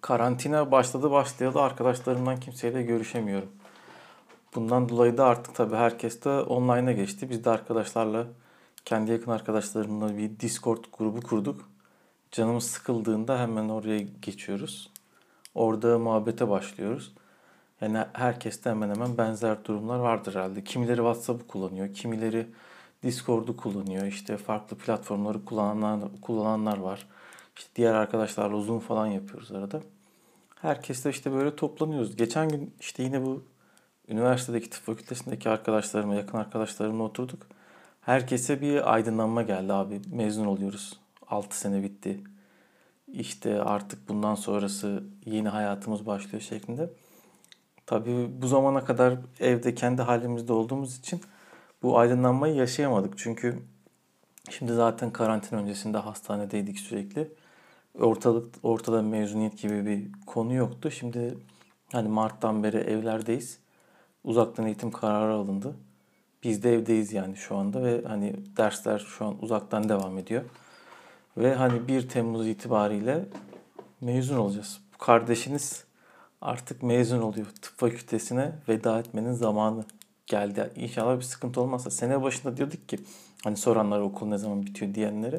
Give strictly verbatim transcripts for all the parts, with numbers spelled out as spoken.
Karantina başladı başlayalı arkadaşlarımdan kimseyle görüşemiyorum. Bundan dolayı da artık tabii herkes de online'a geçti. Biz de arkadaşlarla, kendi yakın arkadaşlarımla bir Discord grubu kurduk. Canımız sıkıldığında hemen oraya geçiyoruz. Orada muhabbete başlıyoruz. Yani herkeste hemen hemen benzer durumlar vardır herhalde. Kimileri WhatsApp'ı kullanıyor, kimileri Discord'u kullanıyor. İşte farklı platformları kullananlar, kullananlar var. İşte diğer arkadaşlarla Zoom falan yapıyoruz arada. Herkesle işte böyle toplanıyoruz. Geçen gün işte yine bu üniversitedeki tıp fakültesindeki arkadaşlarımla, yakın arkadaşlarımla oturduk. Herkese bir aydınlanma geldi abi. Mezun oluyoruz. altı sene bitti. İşte artık bundan sonrası yeni hayatımız başlıyor şeklinde. Tabii bu zamana kadar evde kendi halimizde olduğumuz için bu aydınlanmayı yaşayamadık. Çünkü şimdi zaten karantina öncesinde hastanedeydik sürekli. Ortalık ortada mezuniyet gibi bir konu yoktu. Şimdi hani Mart'tan beri evlerdeyiz. Uzaktan eğitim kararı alındı. Biz de evdeyiz yani şu anda ve hani dersler şu an uzaktan devam ediyor. Ve hani bir Temmuz itibariyle mezun olacağız. Bu kardeşiniz artık mezun oluyor. Tıp fakültesine veda etmenin zamanı geldi. İnşallah bir sıkıntı olmazsa. Sene başında diyorduk ki hani soranlara okul ne zaman bitiyor diyenlere.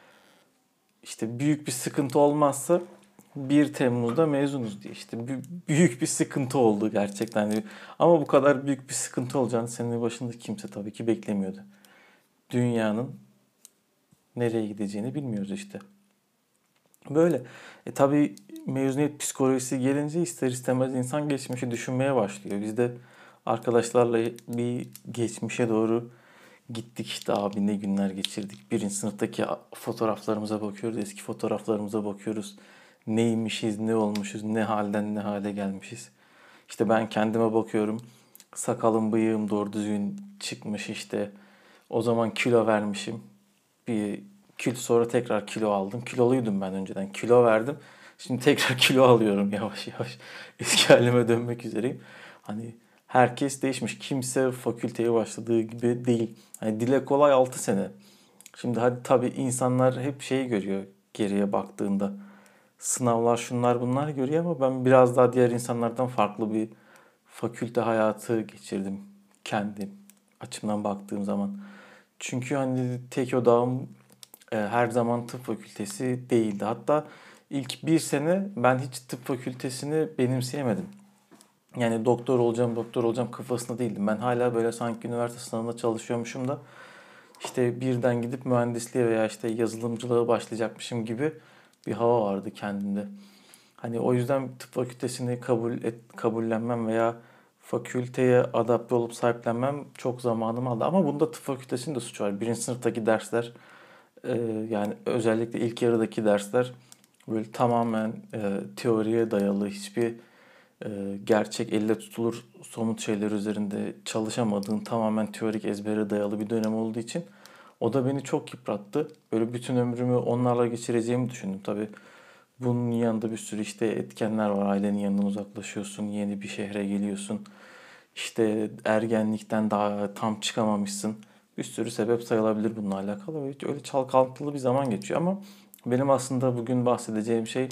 İşte büyük bir sıkıntı olmazsa bir Temmuz'da mezunuz diye. İşte büyük bir sıkıntı oldu gerçekten. Ama bu kadar büyük bir sıkıntı olacağını senenin başında kimse tabii ki beklemiyordu. Dünyanın nereye gideceğini bilmiyoruz işte. Böyle. E tabii mezuniyet psikolojisi gelince ister istemez insan geçmişi düşünmeye başlıyor. Biz de arkadaşlarla bir geçmişe doğru gittik işte abi ne günler geçirdik. Birinci sınıftaki fotoğraflarımıza bakıyoruz, eski fotoğraflarımıza bakıyoruz. Neymişiz, ne olmuşuz, ne halden ne hale gelmişiz. İşte ben kendime bakıyorum. Sakalım, bıyığım doğru düzgün çıkmış işte. O zaman kilo vermişim. Bir kilo sonra tekrar kilo aldım. Kiloluydum ben önceden. Kilo verdim. Şimdi tekrar kilo alıyorum yavaş yavaş. Eski halime dönmek üzereyim. Hani herkes değişmiş. Kimse fakülteye başladığı gibi değil. Hani dile kolay altı sene. Şimdi hadi tabii insanlar hep şeyi görüyor geriye baktığında. Sınavlar şunlar bunlar görüyor ama ben biraz daha diğer insanlardan farklı bir fakülte hayatı geçirdim kendim açımdan baktığım zaman. Çünkü hani tek odağım e, her zaman tıp fakültesi değildi. Hatta ilk bir sene ben hiç tıp fakültesini benimseyemedim. Yani doktor olacağım, doktor olacağım kafasında değildim. Ben hala böyle sanki üniversite sınavında çalışıyormuşum da işte birden gidip mühendisliğe veya işte yazılımcılığa başlayacakmışım gibi bir hava vardı kendimde. Hani o yüzden tıp fakültesini kabul et, kabullenmem veya fakülteye adapte olup sahiplenmem çok zamanımı aldı. Ama bunda tıp fakültesinin de suçu var. Birinci sınıftaki dersler e, yani özellikle ilk yarıdaki dersler böyle tamamen e, teoriye dayalı hiçbir e, gerçek elle tutulur somut şeyler üzerinde çalışamadığın tamamen teorik ezbere dayalı bir dönem olduğu için o da beni çok yıprattı. Böyle bütün ömrümü onlarla geçireceğimi düşündüm. Tabii bunun yanında bir sürü işte etkenler var. Ailenin yanından uzaklaşıyorsun, yeni bir şehre geliyorsun. İşte ergenlikten daha tam çıkamamışsın. Bir sürü sebep sayılabilir bununla alakalı. Öyle çalkantılı bir zaman geçiyor ama benim aslında bugün bahsedeceğim şey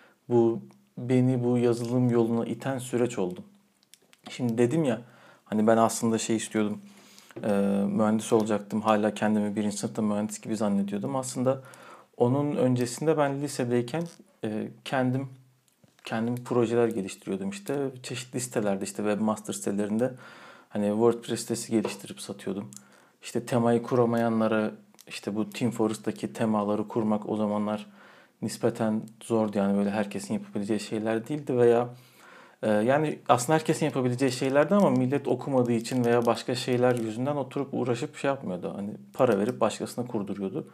bu beni bu yazılım yoluna iten süreç oldu. Şimdi dedim ya hani ben aslında şey istiyordum. E, mühendis olacaktım. Hala kendimi birinci sınıfta mühendis gibi zannediyordum. Aslında onun öncesinde ben lisedeyken e, kendim kendim projeler geliştiriyordum işte. Çeşitli sitelerde işte webmaster sitelerinde hani WordPress sitesi geliştirip satıyordum. İşte temayı kuramayanlara işte bu TeamFortress'taki temaları kurmak o zamanlar nispeten zordu yani böyle herkesin yapabileceği şeyler değildi veya e, yani aslında herkesin yapabileceği şeylerdi ama millet okumadığı için veya başka şeyler yüzünden oturup uğraşıp şey yapmıyordu. Hani para verip başkasına kurduruyordu.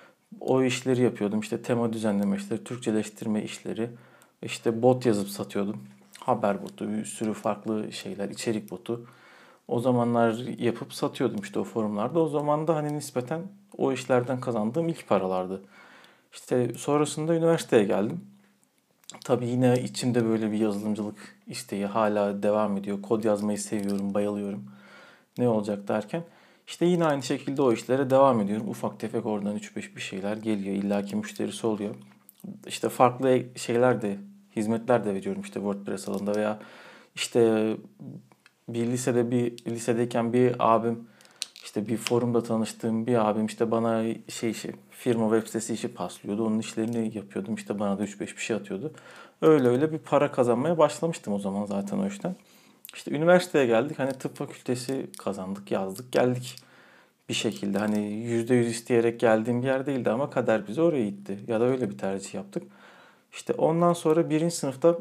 O işleri yapıyordum. İşte tema düzenleme işleri, Türkçeleştirme işleri. İşte bot yazıp satıyordum. Haber botu, bir sürü farklı şeyler, içerik botu. O zamanlar yapıp satıyordum işte o forumlarda. O zaman da hani nispeten o işlerden kazandığım ilk paralardı. İşte sonrasında üniversiteye geldim. Tabii yine içimde böyle bir yazılımcılık isteği hala devam ediyor. Kod yazmayı seviyorum, bayılıyorum. Ne olacak derken işte yine aynı şekilde o işlere devam ediyorum. Ufak tefek oradan üç beş bir şeyler geliyor. İlla ki müşterisi oluyor. İşte farklı şeyler de hizmetler de veriyorum işte WordPress alanında veya işte bir lisede bir lisedeyken bir abim işte bir forumda tanıştığım bir abim işte bana şey işi firma web sitesi işi paslıyordu. Onun işlerini yapıyordum. İşte bana da üç beş bir şey atıyordu. Öyle öyle bir para kazanmaya başlamıştım o zaman zaten o işten. İşte üniversiteye geldik. Hani tıp fakültesi kazandık, yazdık, geldik bir şekilde. Hani yüzde yüz isteyerek geldiğim bir yer değildi ama kader bizi oraya itti. Ya da öyle bir tercih yaptık. İşte ondan sonra birinci sınıfta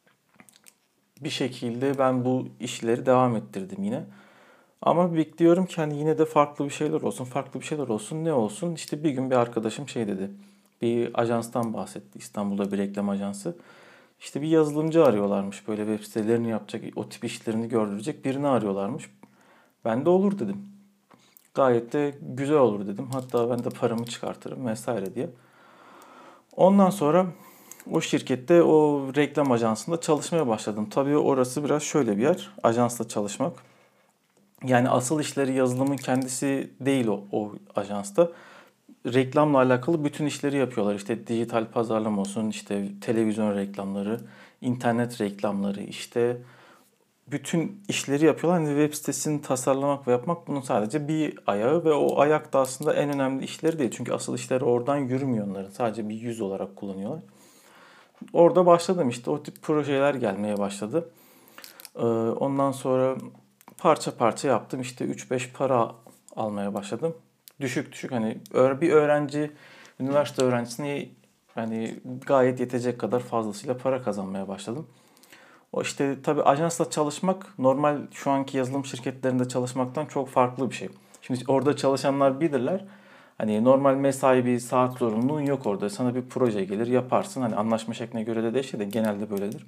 bir şekilde ben bu işleri devam ettirdim yine. Ama bekliyorum ki hani yine de farklı bir şeyler olsun, farklı bir şeyler olsun. Ne olsun? İşte bir gün bir arkadaşım şey dedi. Bir ajanstan bahsetti. İstanbul'da bir reklam ajansı. İşte bir yazılımcı arıyorlarmış. Böyle web sitelerini yapacak, o tip işlerini gördürecek birini arıyorlarmış. Ben de olur dedim. Gayet de güzel olur dedim. Hatta ben de paramı çıkartırım vesaire diye. Ondan sonra o şirkette, o reklam ajansında çalışmaya başladım. Tabii orası biraz şöyle bir yer. Ajansla çalışmak. Yani asıl işleri yazılımın kendisi değil o, o ajansta. Reklamla alakalı bütün işleri yapıyorlar. İşte dijital pazarlama olsun, işte televizyon reklamları, internet reklamları, işte bütün işleri yapıyorlar. Yani web sitesini tasarlamak ve yapmak bunun sadece bir ayağı ve o ayak da aslında en önemli işleri değil. Çünkü asıl işleri oradan yürümüyor onların. Sadece bir yüz olarak kullanıyorlar. Orada başladım işte o tip projeler gelmeye başladı. Ee, Ondan sonra parça parça yaptım. İşte üç beş para almaya başladım. Düşük düşük hani bir öğrenci, üniversite öğrencisine yani gayet yetecek kadar fazlasıyla para kazanmaya başladım. O işte tabii ajansla çalışmak normal şu anki yazılım şirketlerinde çalışmaktan çok farklı bir şey. Şimdi orada çalışanlar bilirler. Hani normal mesai bir saat zorunluluğun yok orada. Sana bir proje gelir yaparsın. Hani anlaşma şekline göre de değişir de genelde böyledir.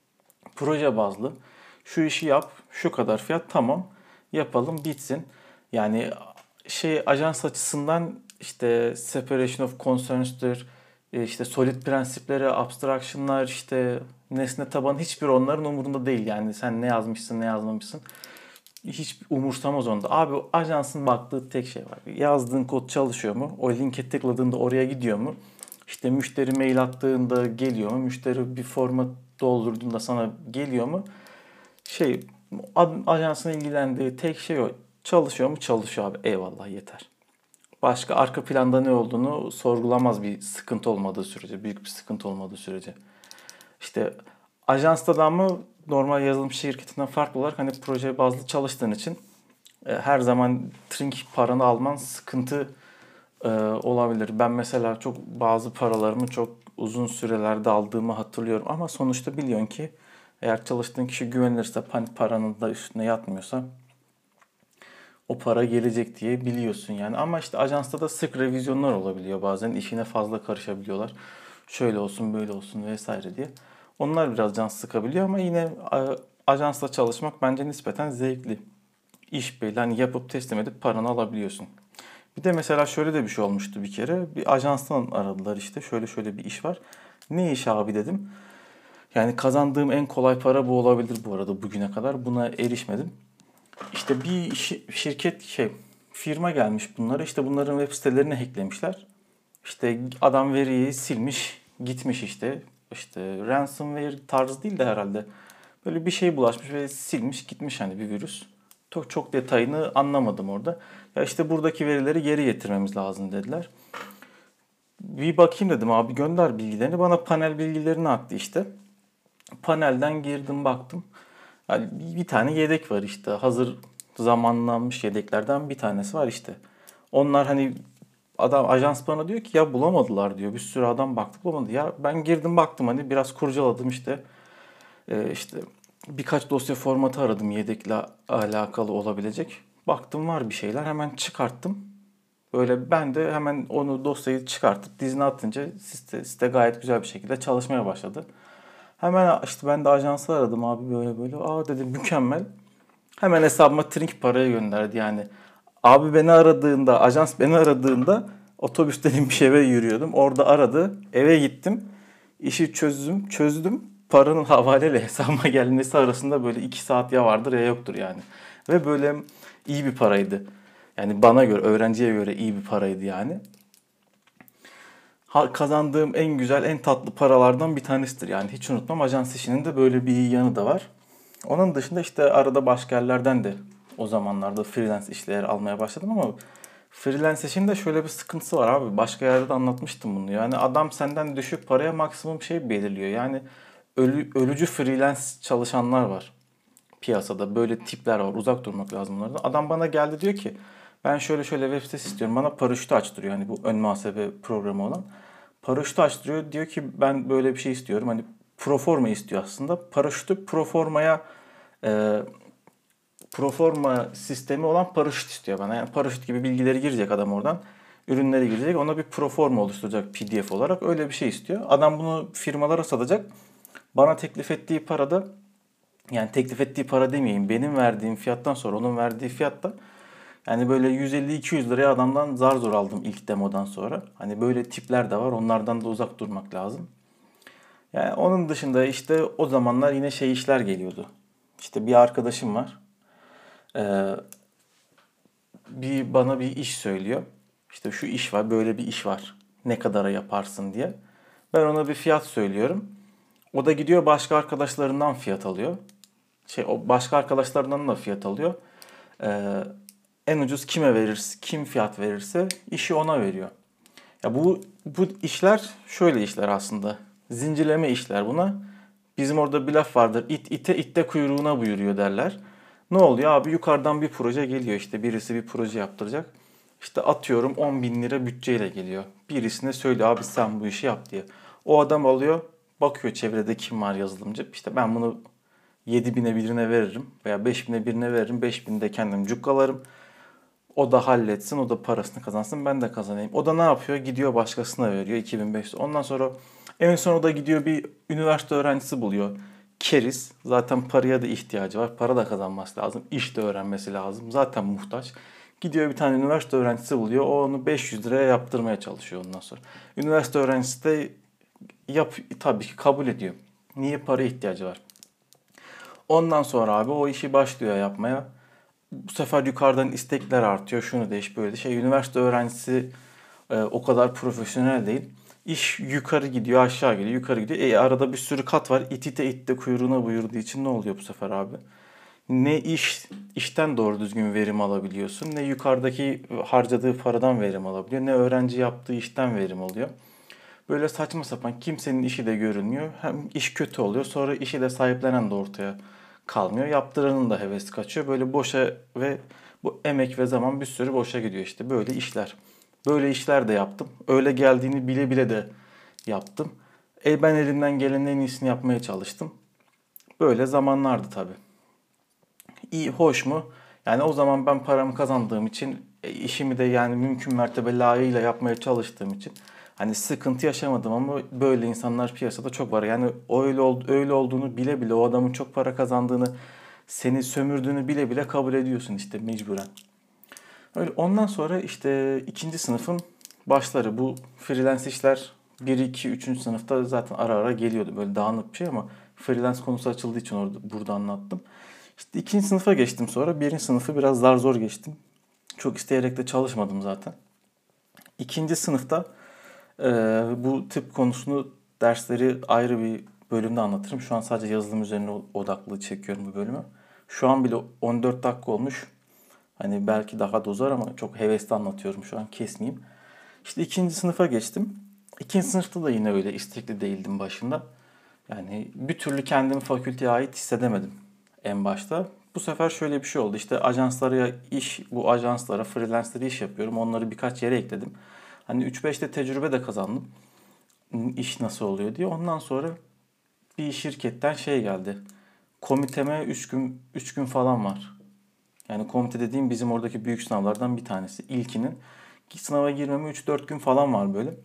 Proje bazlı. Şu işi yap, şu kadar fiyat tamam. Yapalım bitsin. Yani şey ajans açısından işte separation of concerns'tür, e, işte solid prensipleri, abstraction'lar, işte nesne tabanı hiçbir onların umurunda değil. Yani sen ne yazmışsın, ne yazmamışsın. Hiç umursamaz onda. Abi ajansın baktığı tek şey var. Yazdığın kod çalışıyor mu? O linke tıkladığında oraya gidiyor mu? İşte müşteri mail attığında geliyor mu? Müşteri bir forma doldurduğunda sana geliyor mu? Şey ajansın ilgilendiği tek şey o. Çalışıyor mu? Çalışıyor abi. Eyvallah yeter. Başka arka planda ne olduğunu sorgulamaz bir sıkıntı olmadığı sürece, büyük bir sıkıntı olmadığı sürece. İşte ajansta da ama normal yazılım şirketinden farklı olarak hani proje bazlı çalıştığın için e, her zaman trink paranı alman sıkıntı e, olabilir. Ben mesela çok bazı paralarımı çok uzun sürelerde aldığımı hatırlıyorum ama sonuçta biliyorsun ki eğer çalıştığın kişi güvenilirse hani paranın da üstüne yatmıyorsa o para gelecek diye biliyorsun yani. Ama işte ajansta da sık revizyonlar olabiliyor bazen. İşine fazla karışabiliyorlar. Şöyle olsun böyle olsun vesaire diye. Onlar biraz can sıkabiliyor ama yine ajansla çalışmak bence nispeten zevkli. İş belli. Hani yapıp teslim edip paranı alabiliyorsun. Bir de mesela şöyle de bir şey olmuştu bir kere. Bir ajanstan aradılar işte. Şöyle şöyle bir iş var. Ne iş abi dedim. Yani kazandığım en kolay para bu olabilir bu arada bugüne kadar. Buna erişmedim. İşte bir şirket şey firma gelmiş bunlara. İşte bunların web sitelerini hacklemişler. İşte adam veriyi silmiş, gitmiş işte. İşte ransomware tarzı değil de herhalde. Böyle bir şey bulaşmış ve silmiş gitmiş hani bir virüs. Çok çok detayını anlamadım orada. Ya işte buradaki verileri geri getirmemiz lazım dediler. Bir bakayım dedim abi gönder bilgilerini. Bana panel bilgilerini attı işte. Panelden girdim baktım. Yani bir tane yedek var işte. Hazır zamanlanmış yedeklerden bir tanesi var işte. Onlar hani adam ajans bana diyor ki ya bulamadılar diyor. Bir sürü adam baktık bulamadı. Ya ben girdim baktım hani biraz kurcaladım işte. Ee, işte birkaç dosya formatı aradım yedekle alakalı olabilecek. Baktım var bir şeyler hemen çıkarttım. Böyle ben de hemen onu dosyayı çıkartıp dizine atınca site, site gayet güzel bir şekilde çalışmaya başladı. Hemen işte ben de ajansı aradım abi böyle böyle. Aa dedim mükemmel. Hemen hesabıma trink parayı gönderdi yani. Abi beni aradığında, ajans beni aradığında otobüsten inmiş eve yürüyordum. Orada aradı. Eve gittim. İşi çözdüm. Çözdüm. Paranın havaleyle hesabıma gelmesi arasında böyle iki saat ya vardır ya yoktur yani. Ve böyle iyi bir paraydı. Yani bana göre, öğrenciye göre iyi bir paraydı yani. kazandığım en güzel, en tatlı paralardan bir tanesidir. Yani hiç unutmam, ajans işinin de böyle bir iyi yanı da var. Onun dışında işte arada başka yerlerden de o zamanlarda freelance işleri almaya başladım ama freelance işin de şöyle bir sıkıntısı var abi. Başka yerde de anlatmıştım bunu. Yani adam senden düşük paraya maksimum şey belirliyor. Yani ölü, ölücü freelance çalışanlar var piyasada. Böyle tipler var. Uzak durmak lazım bunlardan. Adam bana geldi, diyor ki ben şöyle şöyle web sitesi istiyorum. Bana paraşütü açtırıyor. Hani bu ön muhasebe programı olan. Paraşütü açtırıyor. Diyor ki ben böyle bir şey istiyorum. Hani proforma istiyor aslında. Paraşütü proformaya e, proforma sistemi olan paraşüt istiyor bana. Yani paraşüt gibi bilgileri girecek adam oradan. Ürünleri girecek. Ona bir proforma oluşturacak P D F olarak. Öyle bir şey istiyor. Adam bunu firmalara satacak. Bana teklif ettiği para da, yani teklif ettiği para demeyeyim, benim verdiğim fiyattan sonra onun verdiği fiyatta, yani böyle yüz elli iki yüz liraya adamdan zar zor aldım ilk demodan sonra. Hani böyle tipler de var. Onlardan da uzak durmak lazım. Yani onun dışında işte o zamanlar yine şey işler geliyordu. İşte bir arkadaşım var. Ee, bir bana bir iş söylüyor. İşte şu iş var, böyle bir iş var. Ne kadara yaparsın diye. Ben ona bir fiyat söylüyorum. O da gidiyor başka arkadaşlarından fiyat alıyor. Şey, o başka arkadaşlarından da fiyat alıyor. Ee, en ucuz kime verirse, kim fiyat verirse işi ona veriyor. Ya bu bu işler şöyle işler aslında. Zincirleme işler buna. Bizim orada bir laf vardır. İt ite itte kuyruğuna buyuruyor derler. Ne oluyor abi? Yukarıdan bir proje geliyor, işte birisi bir proje yaptıracak. İşte atıyorum on bin lira bütçeyle geliyor. Birisine söylüyor abi sen bu işi yap diye. O adam alıyor, bakıyor çevrede kim var yazılımcı. İşte ben bunu yedi bine birine veririm veya beş bine birine veririm. beş binde kendim cukkalarım. O da halletsin, o da parasını kazansın, ben de kazanayım. O da ne yapıyor? Gidiyor başkasına veriyor iki bin beş yüz. Ondan sonra en son o da gidiyor bir üniversite öğrencisi buluyor. Keriz. Zaten paraya da ihtiyacı var. Para da kazanması lazım. İş de öğrenmesi lazım. Zaten muhtaç. Gidiyor bir tane üniversite öğrencisi buluyor. O onu beş yüz liraya yaptırmaya çalışıyor ondan sonra. Üniversite öğrencisi de yap, tabii ki kabul ediyor. Niye? Para ihtiyacı var. Ondan sonra abi o işi başlıyor yapmaya. Bu sefer yukarıdan istekler artıyor. Şunu değiş böyle de. Şey, üniversite öğrencisi e, o kadar profesyonel değil. İş yukarı gidiyor, aşağı gidiyor, yukarı gidiyor. E, arada bir sürü kat var. İt ite itte kuyruğuna buyurduğu için ne oluyor bu sefer abi? Ne iş işten doğru düzgün verim alabiliyorsun, ne yukarıdaki harcadığı paradan verim alabiliyor, ne öğrenci yaptığı işten verim alıyor. Böyle saçma sapan, kimsenin işi de görünmüyor. Hem iş kötü oluyor, sonra işi de sahiplenen de ortaya kalmıyor. Yaptıranın da hevesi kaçıyor. Böyle boşa ve bu emek ve zaman bir sürü boşa gidiyor işte. Böyle işler. Böyle işler de yaptım. Öyle geldiğini bile bile de yaptım. E ben elimden gelenin en iyisini yapmaya çalıştım. Böyle zamanlardı tabii. İyi, hoş mu? Yani o zaman ben paramı kazandığım için, e, işimi de yani mümkün mertebe layığıyla yapmaya çalıştığım için hani sıkıntı yaşamadım ama böyle insanlar piyasada çok var. Yani öyle ol- öyle olduğunu bile bile, o adamın çok para kazandığını, seni sömürdüğünü bile bile kabul ediyorsun işte mecburen. Öyle ondan sonra işte ikinci sınıfın başları, bu freelance işler bir iki üçüncü sınıfta zaten ara ara geliyordu. Böyle dağınık bir şey ama freelance konusu açıldığı için orada burada anlattım. İşte ikinci sınıfa geçtim sonra. Birinci sınıfı biraz zar zor geçtim. Çok isteyerek de çalışmadım zaten. İkinci sınıfta e, bu tıp konusunu, dersleri ayrı bir bölümde anlatırım. Şu an sadece yazılım üzerine odaklı çekiyorum bu bölümü. Şu an bile on dört dakika olmuş. Hani belki daha da uzar ama çok hevesli anlatıyorum şu an, kesmeyeyim. İşte ikinci sınıfa geçtim. İkinci sınıfta da yine öyle istekli değildim başında. Yani bir türlü kendimi fakülteye ait hissedemedim en başta. Bu sefer şöyle bir şey oldu. İşte ajanslara iş, bu ajanslara, freelancer'lara iş yapıyorum. Onları birkaç yere ekledim. Hani üç beş de tecrübe de kazandım. İş nasıl oluyor diye. Ondan sonra bir şirketten şey geldi. Komiteme üç gün üç gün falan var. Yani komite dediğim bizim oradaki büyük sınavlardan bir tanesi. İlkinin. Sınava girmeme üç dört gün falan var böyle.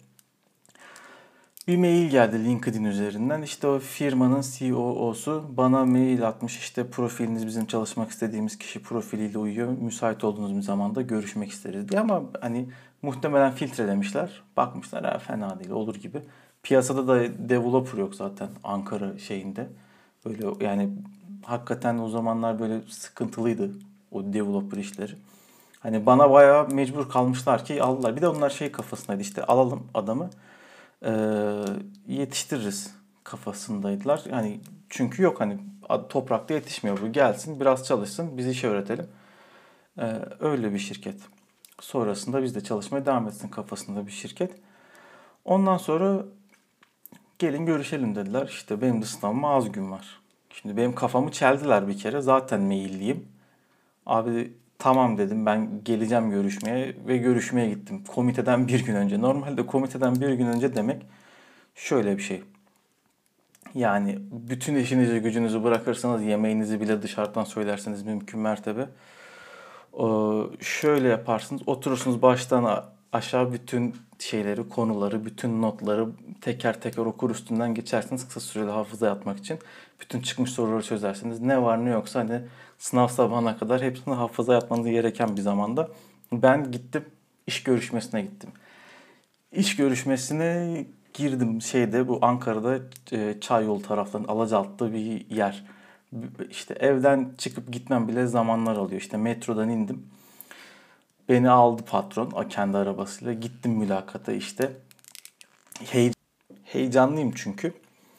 Bir mail geldi LinkedIn üzerinden. İşte o firmanın C O O'su bana mail atmış. İşte profiliniz bizim çalışmak istediğimiz kişi profiliyle uyuyor. Müsait olduğunuz bir zamanda görüşmek isteriz diye. Ama hani muhtemelen filtrelemişler. Bakmışlar ha, fena değil, olur gibi. Piyasada da developer yok zaten Ankara şeyinde. Böyle yani hakikaten o zamanlar böyle sıkıntılıydı o developer işleri. Hani bana bayağı mecbur kalmışlar ki aldılar. Bir de onlar şey kafasındaydı, işte alalım adamı. e, yetiştiririz kafasındaydılar. Yani çünkü yok hani toprakta yetişmiyor bu. Gelsin biraz çalışsın biz işe öğretelim. E, öyle bir şirket. Sonrasında biz de çalışmaya devam etsin kafasında bir şirket. Ondan sonra gelin görüşelim dediler. İşte benim de sınavıma az gün var. Şimdi benim kafamı çeldiler bir kere. Zaten meyilliyim. Abi tamam dedim ben geleceğim görüşmeye ve görüşmeye gittim. Komiteden bir gün önce. Normalde komiteden bir gün önce demek şöyle bir şey. Yani bütün işinizi gücünüzü bırakırsanız yemeğinizi bile dışarıdan söylerseniz mümkün mertebe. Ee, şöyle yaparsınız. Oturursunuz baştan aşağı bütün şeyleri, konuları, bütün notları teker teker okur üstünden geçersiniz kısa süreli hafızaya atmak için. Bütün çıkmış soruları çözersiniz. Ne var ne yoksa hani sınav sabahına kadar hepsini hafızaya atmanız gereken bir zamanda. Ben gittim, iş görüşmesine gittim. İş görüşmesine girdim şeyde bu Ankara'da e, Çayyolu taraflarının Alacaat'ta bir yer. İşte evden çıkıp gitmem bile zamanlar alıyor. İşte metrodan indim. Beni aldı patron o kendi arabasıyla. Gittim mülakata işte. Hey, heyecanlıyım çünkü.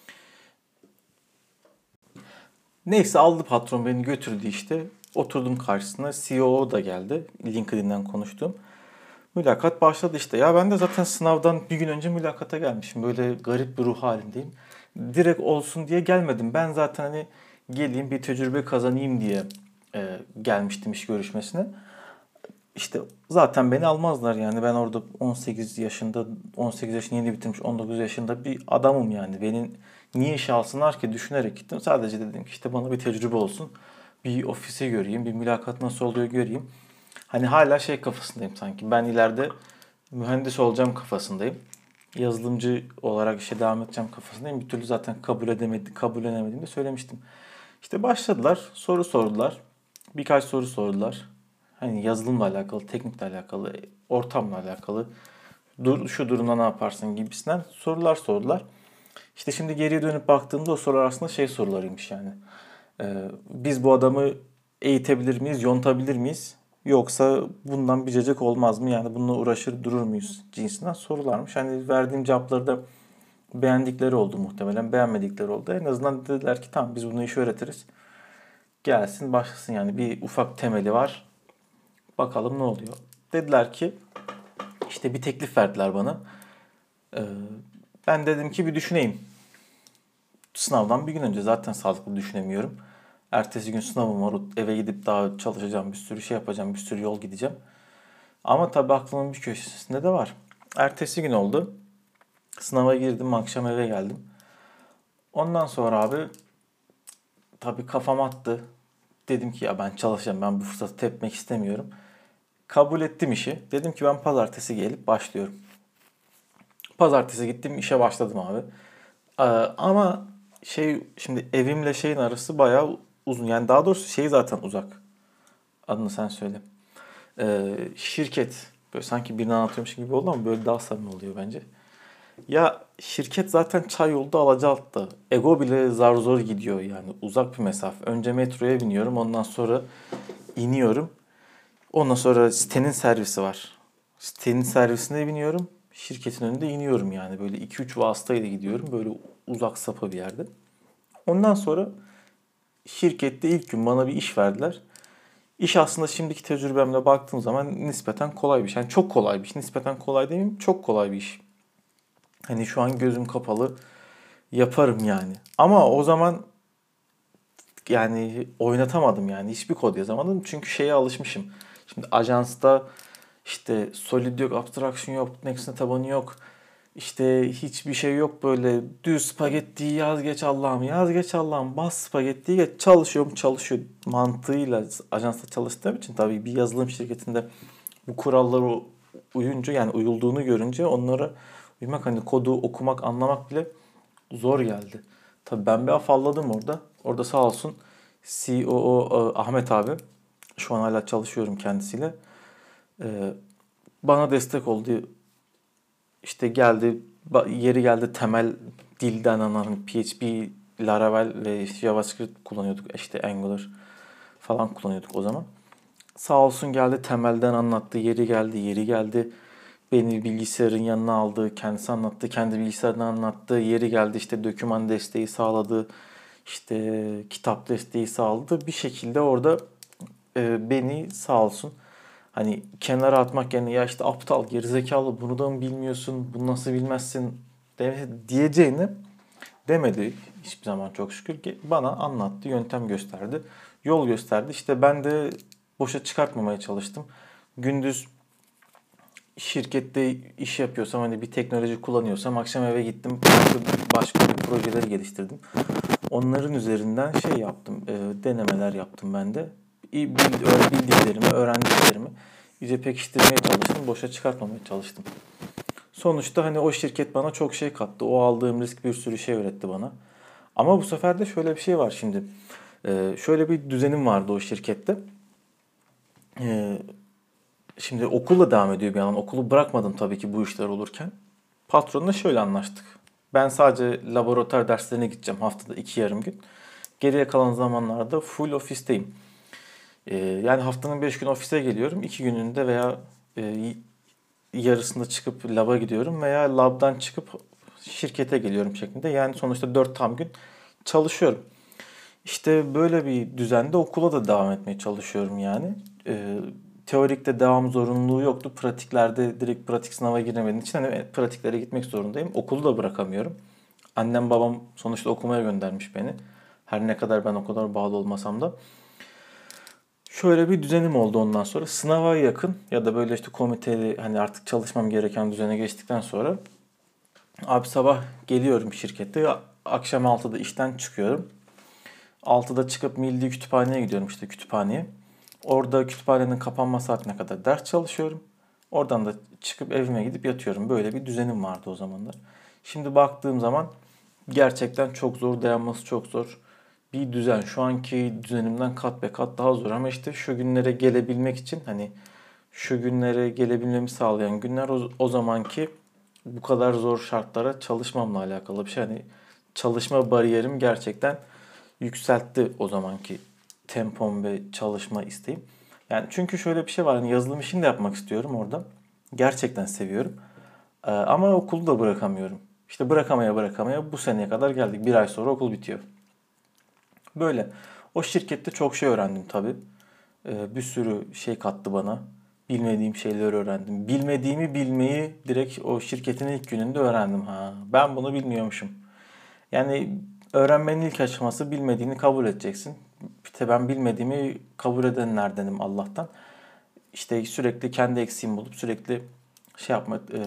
Neyse aldı patron beni götürdü işte. Oturdum karşısına. C E O da geldi. LinkedIn'den konuştum. Mülakat başladı işte. Ya ben de zaten sınavdan bir gün önce mülakata gelmişim. Böyle garip bir ruh halindeyim. Direkt olsun diye gelmedim. Ben zaten hani geleyim bir tecrübe kazanayım diye e, gelmiştim iş görüşmesine. İşte zaten beni almazlar yani. Ben orada on sekiz yaşında, on sekiz yaşını yeni bitirmiş, on dokuz yaşında bir adamım yani. Beni niye işe alsınlar ki düşünerek gittim. Sadece dedim ki işte bana bir tecrübe olsun. Bir ofisi göreyim, bir mülakat nasıl oluyor göreyim. Hani hala şey kafasındayım sanki. Ben ileride mühendis olacağım kafasındayım. Yazılımcı olarak işe devam edeceğim kafasındayım. Bir türlü zaten kabul edemedi, kabul edemediğimi de söylemiştim. İşte başladılar, soru sordular. Birkaç soru sordular. Hani yazılımla alakalı, teknikle alakalı, ortamla alakalı, dur, şu durumda ne yaparsın gibisinden sorular sordular. İşte şimdi geriye dönüp baktığımda o sorular aslında şey sorularıymış yani. Ee, biz bu adamı eğitebilir miyiz, yontabilir miyiz? Yoksa bundan bir cacık olmaz mı? Yani bununla uğraşır durur muyuz cinsinden sorularmış. Hani verdiğim cevapları da beğendikleri oldu muhtemelen, beğenmedikleri oldu. En azından dediler ki tamam biz bunu işi öğretiriz. Gelsin başlasın yani bir ufak temeli var. Bakalım ne oluyor. Dediler ki işte bir teklif verdiler bana. Ee, ben dedim ki bir düşüneyim. Sınavdan bir gün önce zaten sağlıklı düşünemiyorum. Ertesi gün sınavım var. Eve gidip daha çalışacağım. Bir sürü şey yapacağım. Bir sürü yol gideceğim. Ama tabii aklımın bir köşesinde de var. Ertesi gün oldu. Sınava girdim. Akşam eve geldim. Ondan sonra abi tabii kafam attı. Dedim ki ya ben çalışacağım. Ben bu fırsatı tepmek istemiyorum. Kabul ettim işi. Dedim ki ben pazartesi gelip başlıyorum. Pazartesi gittim işe başladım abi. Ee, ama şey şimdi evimle şeyin arası bayağı uzun. Yani daha doğrusu şey zaten uzak. Adını sen söyle. Ee, şirket. Böyle sanki birini anlatıyormuş gibi oldu ama böyle daha samimi oluyor bence. Ya şirket zaten Çayyolu'da Alacaat'ta. Ego bile zar zor gidiyor yani uzak bir mesafe. Önce metroya biniyorum ondan sonra iniyorum. Ondan sonra sitenin servisi var. Sitenin servisine biniyorum. Şirketin önünde iniyorum yani. Böyle iki üç vasıtayla gidiyorum. Böyle uzak sapa bir yerde. Ondan sonra şirkette ilk gün bana bir iş verdiler. İş aslında şimdiki tecrübemle baktığım zaman nispeten kolay bir şey. Yani çok kolay bir iş. Nispeten kolay demeyeyim, çok kolay bir iş. Hani şu an gözüm kapalı yaparım yani. Ama o zaman yani oynatamadım yani. Hiçbir kod yazamadım. Çünkü şeye alışmışım. Şimdi ajansta işte Solid yok, Abstraction yok, Nesne tabanı yok. İşte hiçbir şey yok böyle düz spagettiyi yaz geç Allah'ım yaz geç Allah'ım bas spagettiyi geç çalışıyorum çalışıyor mantığıyla ajansta çalıştığım için tabii bir yazılım şirketinde bu kurallara uyunca yani uyulduğunu görünce onlara uymak hani kodu okumak anlamak bile zor geldi. Tabii ben bir afalladım orada. Orada sağ olsun C O O Ahmet abi şu an hala çalışıyorum kendisiyle. Ee, bana destek oldu. İşte geldi, yeri geldi temel dilden hani P H P, Laravel ve JavaScript kullanıyorduk. İşte Angular falan kullanıyorduk o zaman. Sağ olsun geldi temelden anlattı. Yeri geldi, yeri geldi. beni bilgisayarın yanına aldı, kendisi anlattı, kendi bilgisayarını anlattı, yeri geldi işte doküman desteği sağladı, işte kitap desteği sağladı. Bir şekilde orada e, beni sağ olsun hani kenara atmak yerine ya işte aptal, gerizekalı bunu da mı bilmiyorsun, bunu nasıl bilmezsin de, diyeceğini demedi hiçbir zaman çok şükür ki bana anlattı, yöntem gösterdi, yol gösterdi. İşte ben de boşa çıkartmamaya çalıştım. Gündüz şirkette iş yapıyorsam hani bir teknoloji kullanıyorsam akşam eve gittim başka, başka bir projeleri geliştirdim. Onların üzerinden şey yaptım, e, denemeler yaptım ben de. İyi bil- öyle bildiklerimi, öğrendiklerimi iyice pekiştirmeye çalıştım, boşa çıkartmamaya çalıştım. Sonuçta hani o şirket bana çok şey kattı. O aldığım risk bir sürü şey öğretti bana. Ama bu sefer de şöyle bir şey var şimdi. E, şöyle bir düzenim vardı o şirkette. E, Şimdi okulla devam ediyor bir yandan. Okulu bırakmadım tabii ki bu işler olurken. Patronla şöyle anlaştık. Ben sadece laboratuvar derslerine gideceğim haftada iki yarım gün. Geriye kalan zamanlarda full ofisteyim. Ee, yani haftanın beş gün ofise geliyorum. iki gününde veya e, yarısında çıkıp lab'a gidiyorum veya lab'dan çıkıp şirkete geliyorum şeklinde. Yani sonuçta dört tam gün çalışıyorum. İşte böyle bir düzende okula da devam etmeye çalışıyorum yani. Ee, Teorikte devam zorunluluğu yoktu. Pratiklerde direkt pratik sınava giremediğim için hani pratiklere gitmek zorundayım. Okulu da bırakamıyorum. Annem babam sonuçta okumaya göndermiş beni. Her ne kadar ben o kadar bağlı olmasam da. Şöyle bir düzenim oldu ondan sonra. Sınava yakın ya da böyle işte komiteli hani artık çalışmam gereken düzene geçtikten sonra abi sabah geliyorum şirkette. Akşam altıda işten çıkıyorum. altıda çıkıp Milli Kütüphane'ye gidiyorum işte kütüphaneye. Orada kütüphanenin kapanma saatine kadar ders çalışıyorum. Oradan da çıkıp evime gidip yatıyorum. Böyle bir düzenim vardı o zamanlar. Şimdi baktığım zaman gerçekten çok zor, dayanması çok zor bir düzen. Şu anki düzenimden kat be kat daha zor ama işte şu günlere gelebilmek için hani şu günlere gelebilmemi sağlayan günler o, o zamanki bu kadar zor şartlara çalışmamla alakalı bir şey. Hani çalışma bariyerim gerçekten yükseltti o zamanki tempom ve çalışma isteğim. Yani çünkü şöyle bir şey var. Hani yazılım işini de yapmak istiyorum orada. Gerçekten seviyorum. Ee, ama okulu da bırakamıyorum. İşte bırakamaya bırakamaya bu seneye kadar geldik. Bir ay sonra okul bitiyor. Böyle. O şirkette çok şey öğrendim tabii. Ee, bir sürü şey kattı bana. Bilmediğim şeyleri öğrendim. Bilmediğimi bilmeyi direkt o şirketin ilk gününde öğrendim. Ha, ben bunu bilmiyormuşum. Yani öğrenmenin ilk aşaması bilmediğini kabul edeceksin. İşte ben bilmediğimi kabul edenlerdenim Allah'tan. İşte sürekli kendi eksiğimi bulup sürekli şey yapma, e,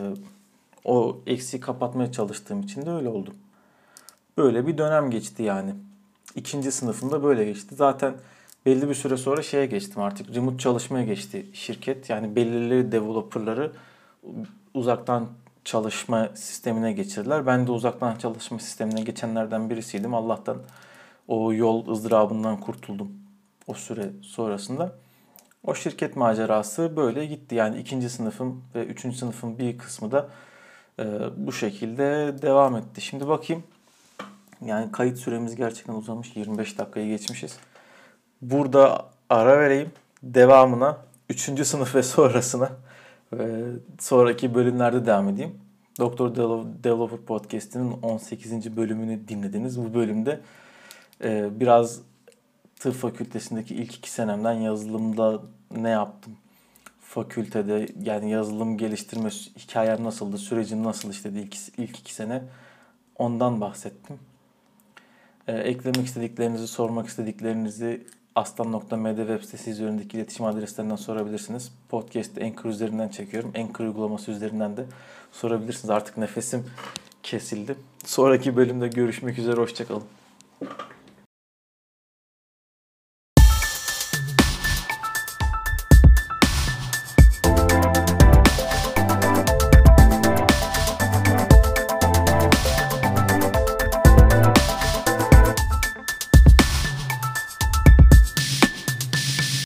o eksiği kapatmaya çalıştığım için de öyle oldu. Böyle bir dönem geçti yani. İkinci sınıfında böyle geçti. Zaten belli bir süre sonra şeye geçtim artık. Remote çalışmaya geçti şirket. Yani belirli developerları uzaktan çalışma sistemine geçirdiler. Ben de uzaktan çalışma sistemine geçenlerden birisiydim. Allah'tan o yol ızdırabından kurtuldum o süre sonrasında. O şirket macerası böyle gitti. Yani ikinci sınıfım ve üçüncü sınıfın bir kısmı da e, bu şekilde devam etti. Şimdi bakayım. Yani kayıt süremiz gerçekten uzamış. yirmi beş dakikayı geçmişiz. Burada ara vereyim. Devamına üçüncü sınıf ve sonrasına ve sonraki bölümlerde devam edeyim. Doktor Developer Podcast'inin on sekizinci bölümünü dinlediniz. Bu bölümde e, biraz tıp fakültesindeki ilk iki senemden yazılımda ne yaptım? Fakültede yani yazılım geliştirme hikayem nasıldı? Sürecim nasıl işledi ilk, ilk iki sene? Ondan bahsettim. Ee, eklemek istediklerinizi, sormak istediklerinizi aslan nokta m d web sitesi üzerindeki iletişim adreslerinden sorabilirsiniz. Podcast'ı Anchor üzerinden çekiyorum. Anchor uygulaması üzerinden de sorabilirsiniz. Artık nefesim kesildi. Sonraki bölümde görüşmek üzere. Hoşçakalın.